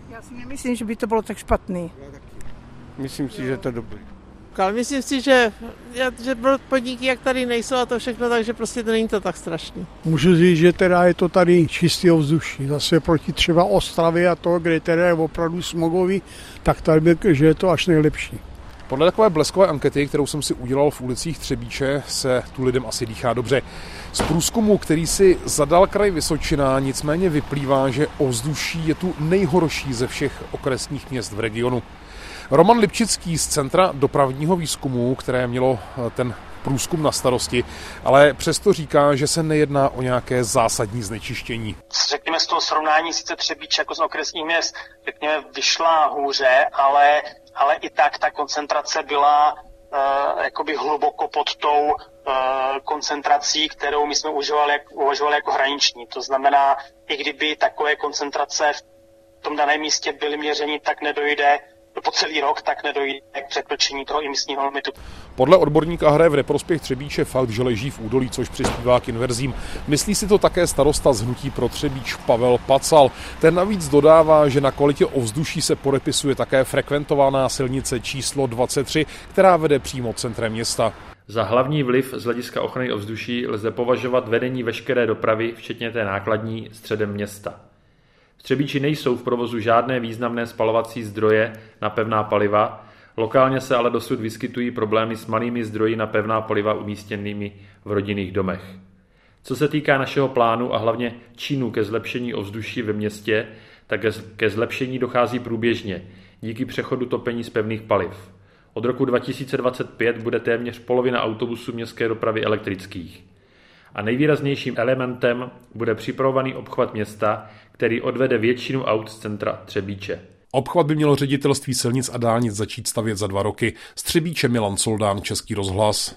Já si nemyslím, že by to bylo tak špatný. Myslím si, že to dobrý. Ale myslím si, že podniky jak tady nejsou a to všechno, takže prostě to není to tak strašný. Můžu říct, že teda je to tady čistý ovzduší. Zase proti třeba Ostravě a to, kde teda je opravdu smogový, tak tady že je to až nejlepší. Podle takové bleskové ankety, kterou jsem si udělal v ulicích Třebíče, se tu lidem asi dýchá dobře. Z průzkumu, který si zadal kraj Vysočina, nicméně vyplývá, že ovzduší je tu nejhorší ze všech okresních měst v regionu. Roman Lipčický z Centra dopravního výzkumu, které mělo ten průzkum na starosti, ale přesto říká, že se nejedná o nějaké zásadní znečištění. Řekněme z toho srovnání sice Třebíč jako z okresních měst, řekněme, vyšla hůře, ale i tak ta koncentrace byla jakoby hluboko pod tou koncentrací, kterou my jsme uvažovali jako hraniční. To znamená, i kdyby takové koncentrace v tom daném místě byly měření, tak nedojde po celý rok, tak nedojde k překročení toho imisního limitu. Podle odborníka hraje v neprospěch Třebíče fakt, že leží v údolí, což přispívá k inverzím. Myslí si to také starosta z Hnutí pro Třebíč Pavel Pacal. Ten navíc dodává, že na kvalitě ovzduší se podepisuje také frekventovaná silnice číslo 23, která vede přímo centrem města. Za hlavní vliv z hlediska ochrany ovzduší lze považovat vedení veškeré dopravy, včetně té nákladní, středem města. V Třebíči nejsou v provozu žádné významné spalovací zdroje na pevná paliva, lokálně se ale dosud vyskytují problémy s malými zdroji na pevná paliva umístěnými v rodinných domech. Co se týká našeho plánu a hlavně činů ke zlepšení ovzduší ve městě, tak ke zlepšení dochází průběžně díky přechodu topení z pevných paliv. Od roku 2025 bude téměř polovina autobusů městské dopravy elektrických. A nejvýraznějším elementem bude připravovaný obchvat města, který odvede většinu aut z centra Třebíče. Obchvat by mělo Ředitelství silnic a dálnic začít stavět za 2 roky. Z Třebíče Milan Soldán, Český rozhlas.